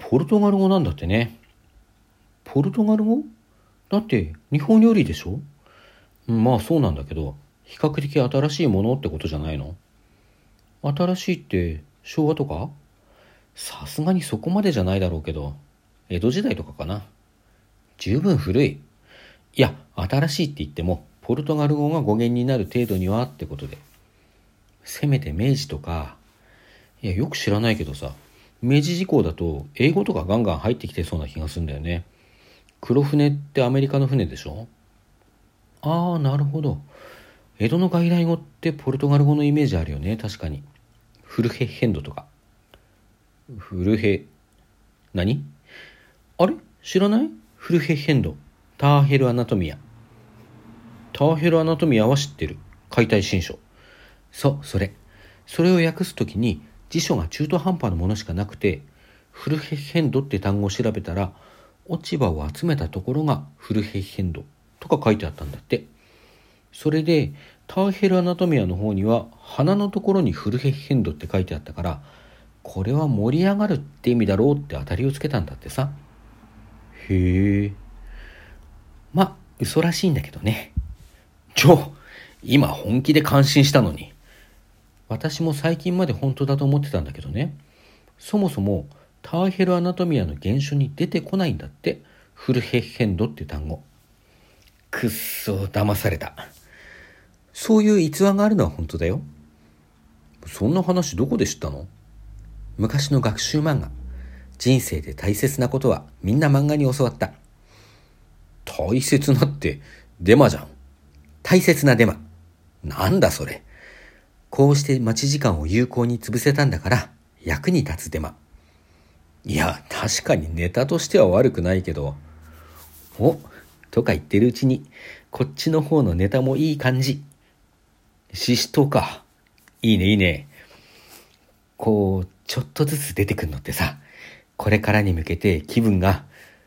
ポルトガル語なんだってね。ポルトガル語だって日本料理でしょ。まあそうなんだけど、比較的新しいものってことじゃないの？新しいって昭和とか？さすがにそこまでじゃないだろうけど、江戸時代とかかな。十分古い。いや、新しいって言ってもポルトガル語が語源になる程度にはってことで。せめて明治とか。いや、よく知らないけどさ、明治時効だと英語とかガンガン入ってきてそうな気がするんだよね。黒船ってアメリカの船でしょ。ああ、なるほど。江戸の外来語ってポルトガル語のイメージあるよね。確かに。フルヘッヘンドとか。フルヘ、何？あれ知らない？フルヘッヘンド。ターヘルアナトミア。ターヘルアナトミアは知ってる。解体新書。そう、それ。それを訳すときに辞書が中途半端なものしかなくて、フルヘッヘンドって単語を調べたら、落ち葉を集めたところがフルヘッヘンドとか書いてあったんだって。それでターヘルアナトミアの方には花のところにフルヘッヘンドって書いてあったから、これは盛り上がるって意味だろうって当たりをつけたんだってさ。へえ。まあ嘘らしいんだけどね。今本気で感心したのに。私も最近まで本当だと思ってたんだけどね。そもそもターヘルアナトミアの原書に出てこないんだって。フルヘッヘンドって単語。くっそ騙された。そういう逸話があるのは本当だよ。そんな話どこで知ったの？昔の学習漫画。人生で大切なことはみんな漫画に教わった。大切なってデマじゃん。大切なデマ。なんだそれ。こうして待ち時間を有効に潰せたんだから役に立つデマ。いや、確かにネタとしては悪くないけど、とか言ってるうちにこっちの方のネタもいい感じ。シシトウか。いいねいいね。こうちょっとずつ出てくるのってさ、これからに向けて気分が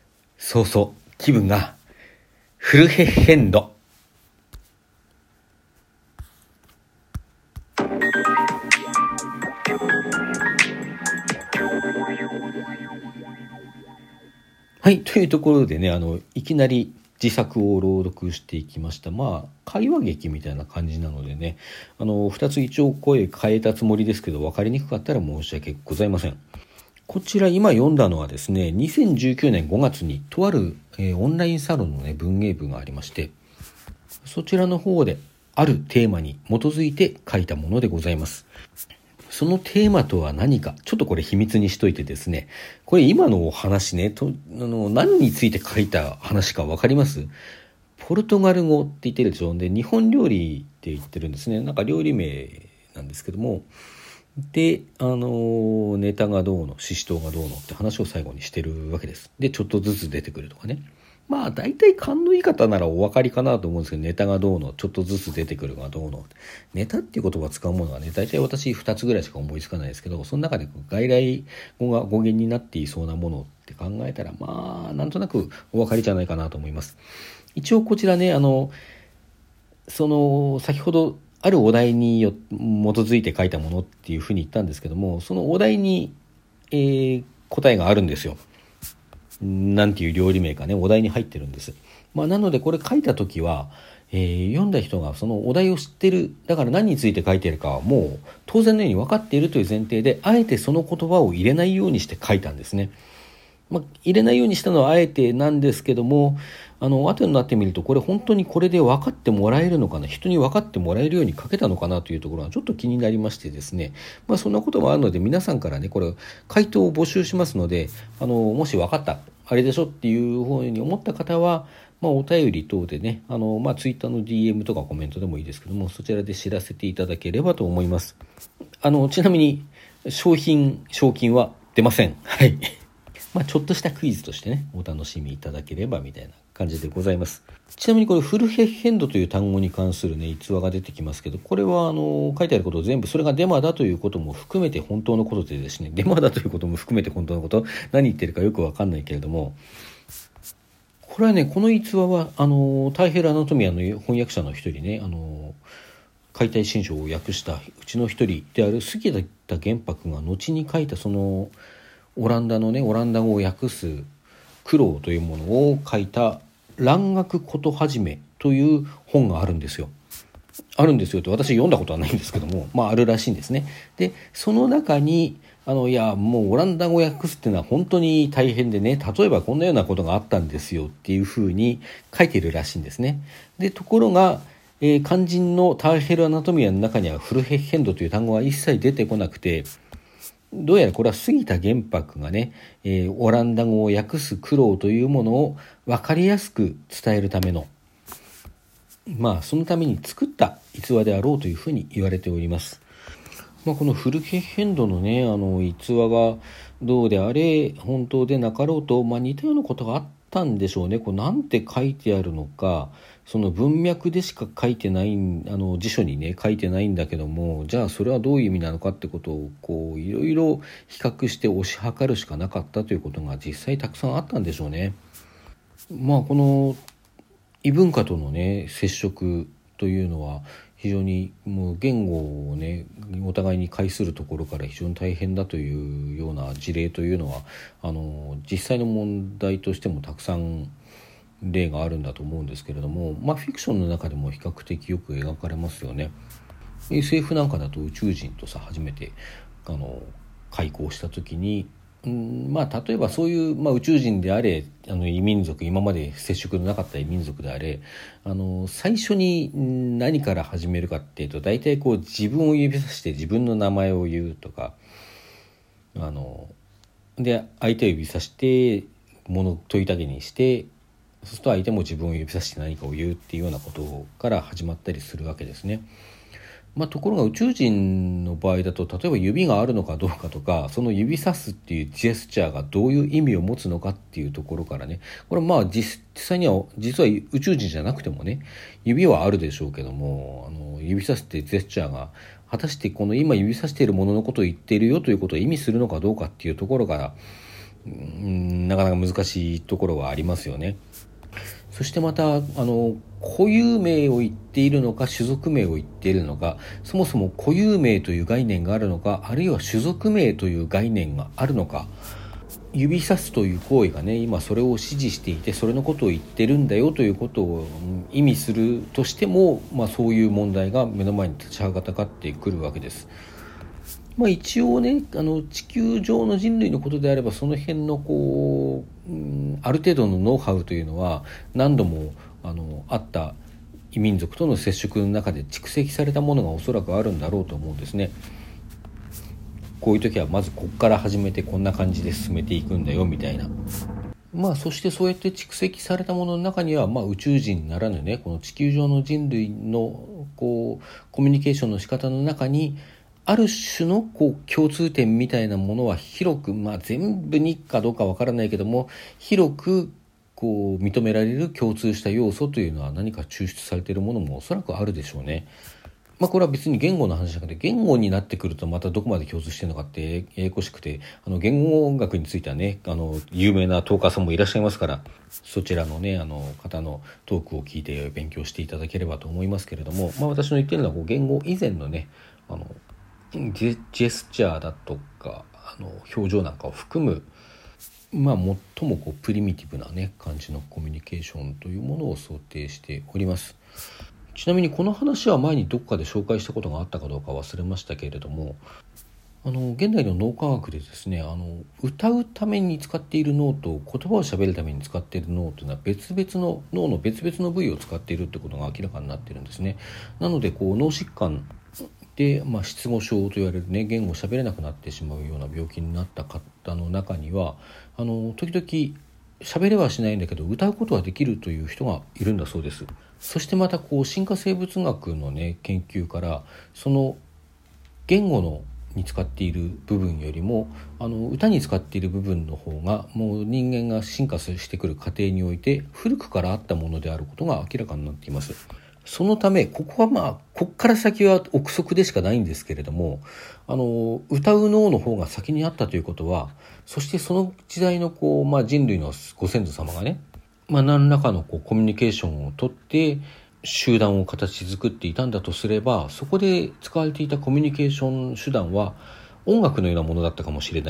フルヘッヘンド。はい、というところでね、いきなり自作を朗読していきました。まあ会話劇みたいな感じなのでね、2つ一応声変えたつもりですけど、分かりにくかったら申し訳ございません。こちら今読んだのはですね、2019年5月にとある、オンラインサロンのね文芸部がありまして、そちらの方であるテーマに基づいて書いたものでございます。そのテーマとは何か、ちょっとこれ秘密にしといてですね、これ今のお話ね、何について書いた話か分かります？ポルトガル語って言ってるでしょ。で、日本料理って言ってるんですね。なんか料理名なんですけども、で、ネタがどうの、シシトウがどうのって話を最後にしてるわけです。で、ちょっとずつ出てくるとかね。まあ大体勘の言い方ならお分かりかなと思うんですけど、ネタがどうの、ちょっとずつ出てくるがどうの。ネタっていう言葉を使うものはね、大体私2つぐらいしか思いつかないですけど、その中で外来語が語源になっていそうなものって考えたら、まあなんとなくお分かりじゃないかなと思います。一応こちらね、先ほどあるお題に基づいて書いたものっていうふうに言ったんですけども、そのお題に、答えがあるんですよ。なんていう料理名かね、お題に入ってるんです。まあ、なのでこれ書いた時は、読んだ人がそのお題を知ってる、だから何について書いてるかはもう当然のように分かっているという前提で、あえてその言葉を入れないようにして書いたんですね。入れないようにしたのはあえてなんですけども、後になってみると、これ本当にこれで分かってもらえるのかな、人に分かってもらえるように書けたのかなというところがちょっと気になりましてですね、そんなこともあるので、皆さんからね、これ回答を募集しますので、もし分かったあれでしょっていうふうに思った方は、お便り等でね、ツイッターの DM とかコメントでもいいですけども、そちらで知らせていただければと思います。ちなみに賞金は出ません。はい。ちょっとしたクイズとしてね、お楽しみいただければみたいな感じでございます。ちなみにこれフルヘッヘンドという単語に関するね、逸話が出てきますけど、これは書いてあることを全部それがデマだということも含めて本当のことでですね、デマだということも含めて本当のこと、何言ってるかよくわかんないけれども、これはね、この逸話はターヘルアナトミアの翻訳者の一人ね、解体新書を訳したうちの一人である杉田玄白が後に書いたそのオランダ語を訳す苦労というものを書いた蘭学ことはじめという本があるんですよ。あるんですよって私読んだことはないんですけども、あるらしいんですね。でその中にもうオランダ語を訳すっていうのは本当に大変でね、例えばこんなようなことがあったんですよっていうふうに書いているらしいんですね。でところが、肝心のターヘルアナトミアの中にはフルヘッヘンドという単語は一切出てこなくて、どうやらこれは杉田玄白がね、オランダ語を訳す苦労というものを分かりやすく伝えるための、そのために作った逸話であろうというふうに言われております。このフルヘッヘンドのね逸話がどうであれ本当でなかろうと、似たようなことがあったんでしょうね。なんて書いてあるのか、その文脈でしか書いてない辞書にね書いてないんだけども、じゃあそれはどういう意味なのかってことをいろいろ比較して推し量るしかなかったということが実際たくさんあったんでしょうね。この異文化とのね接触というのは非常にもう言語をねお互いに介するところから非常に大変だというような事例というのは実際の問題としてもたくさん例があるんだと思うんですけれども、フィクションの中でも比較的よく描かれますよね。SF なんかだと宇宙人と初めて開口した時に例えばそういう、宇宙人であれ異民族、今まで接触のなかった異民族であれ最初に何から始めるかっていうと、大体自分を指さして自分の名前を言うとかで相手を指さして物を問いたげにして、そうすると相手も自分を指さして何かを言うっていうようなことから始まったりするわけですね。ところが宇宙人の場合だと、例えば指があるのかどうかとか、その指さすっていうジェスチャーがどういう意味を持つのかっていうところからね、これ実際には実は宇宙人じゃなくてもね指はあるでしょうけども、指さすってジェスチャーが果たしてこの今指さしているもののことを言っているよということを意味するのかどうかっていうところからなかなか難しいところはありますよね。そしてまた固有名を言っているのか種族名を言っているのか、そもそも固有名という概念があるのか、あるいは種族名という概念があるのか、指さすという行為がね今それを指示していて、それのことを言ってるんだよということを意味するとしても、そういう問題が目の前に立ちはだかってくるわけです。一応ね地球上の人類のことであれば、その辺のある程度のノウハウというのは何度もあった異民族との接触の中で蓄積されたものがおそらくあるんだろうと思うんですね。こういう時はまずここから始めてこんな感じで進めていくんだよみたいな。そしてそうやって蓄積されたものの中には、宇宙人ならぬねこの地球上の人類のコミュニケーションの仕方の中にある種の共通点みたいなものは広く、全部にかどうかわからないけども広く認められる共通した要素というのは何か抽出されているものもおそらくあるでしょうね。これは別に言語の話じゃなくて、言語になってくるとまたどこまで共通してるのかってややこしくて、言語学についてはね有名なトーカーさんもいらっしゃいますから、そちらのね方のトークを聞いて勉強していただければと思いますけれども、私の言ってるのは言語以前のねジェスチャーだとか表情なんかを含む最もプリミティブなね感じのコミュニケーションというものを想定しております。ちなみにこの話は前にどこかで紹介したことがあったかどうか忘れましたけれども、現代の脳科学でですね歌うために使っている脳と言葉を喋るために使っている脳というのは脳の別々の部位を使っているということが明らかになっているんですね。なので脳疾患で、失語症と言われるね言語を喋れなくなってしまうような病気になった方の中には時々喋れはしないんだけど歌うことはできるという人がいるんだそうです。そしてまた進化生物学のね研究からその言語に使っている部分よりも歌に使っている部分の方がもう人間が進化してくる過程において古くからあったものであることが明らかになっています。そのためここはこっから先は憶測でしかないんですけれども歌う脳の方が先にあったということは、そしてその時代の人類のご先祖様がね、何らかのコミュニケーションをとって集団を形作っていたんだとすれば、そこで使われていたコミュニケーション手段は音楽のようなものだったかもしれない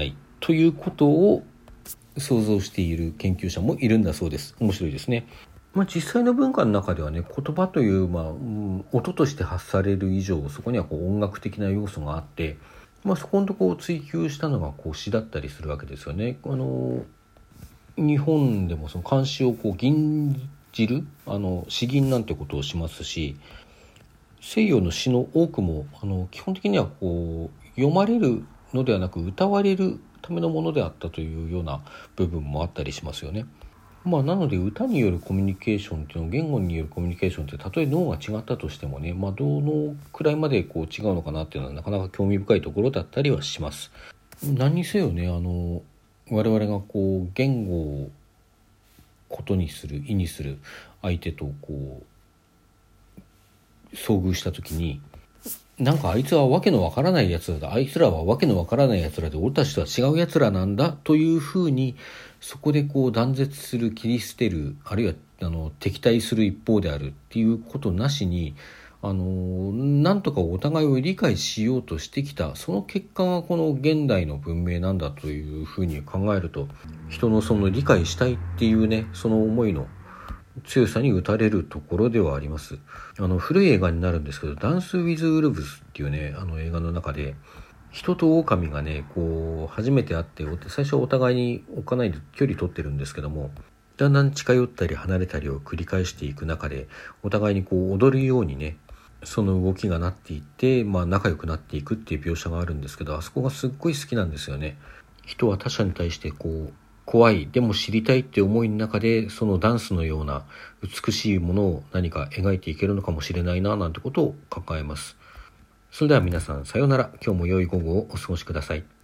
ということを想像している研究者もいるんだそうです。面白いですね。実際の文化の中ではね、言葉という、音として発される以上、そこには音楽的な要素があって、そこのところを追求したのが詩だったりするわけですよね。日本でもその漢詩を吟じる詩吟なんてことをしますし、西洋の詩の多くも基本的には読まれるのではなく歌われるためのものであったというような部分もあったりしますよね。なので歌によるコミュニケーションっていうの、言語によるコミュニケーションってたとえ脳が違ったとしてもね、どのくらいまで違うのかなっていうのはなかなか興味深いところだったりはします。何にせよね、我々が言語をことにする、意にする相手と遭遇した時に、なんかあいつはわけのわからないやつらだ、あいつらはわけのわからないやつらで俺たちとは違うやつらなんだというふうに、そこで断絶する、切り捨てる、あるいは敵対する一方であるっていうことなしに、なんとかお互いを理解しようとしてきた、その結果がこの現代の文明なんだというふうに考えると、人のその理解したいっていうね、その思いの強さに打たれるところではあります。古い映画になるんですけど、ダンス・ウィズ・ウルブスっていうね、映画の中で人と狼がね初めて会って、最初はお互いにおっかないで距離取ってるんですけども、だんだん近寄ったり離れたりを繰り返していく中で、お互いに踊るようにね、その動きがなっていって、仲良くなっていくっていう描写があるんですけど、あそこがすっごい好きなんですよね。人は他者に対して怖い、でも知りたいって思いの中で、そのダンスのような美しいものを何か描いていけるのかもしれないな、なんてことを考えます。それでは皆さん、さようなら。今日も良い午後をお過ごしください。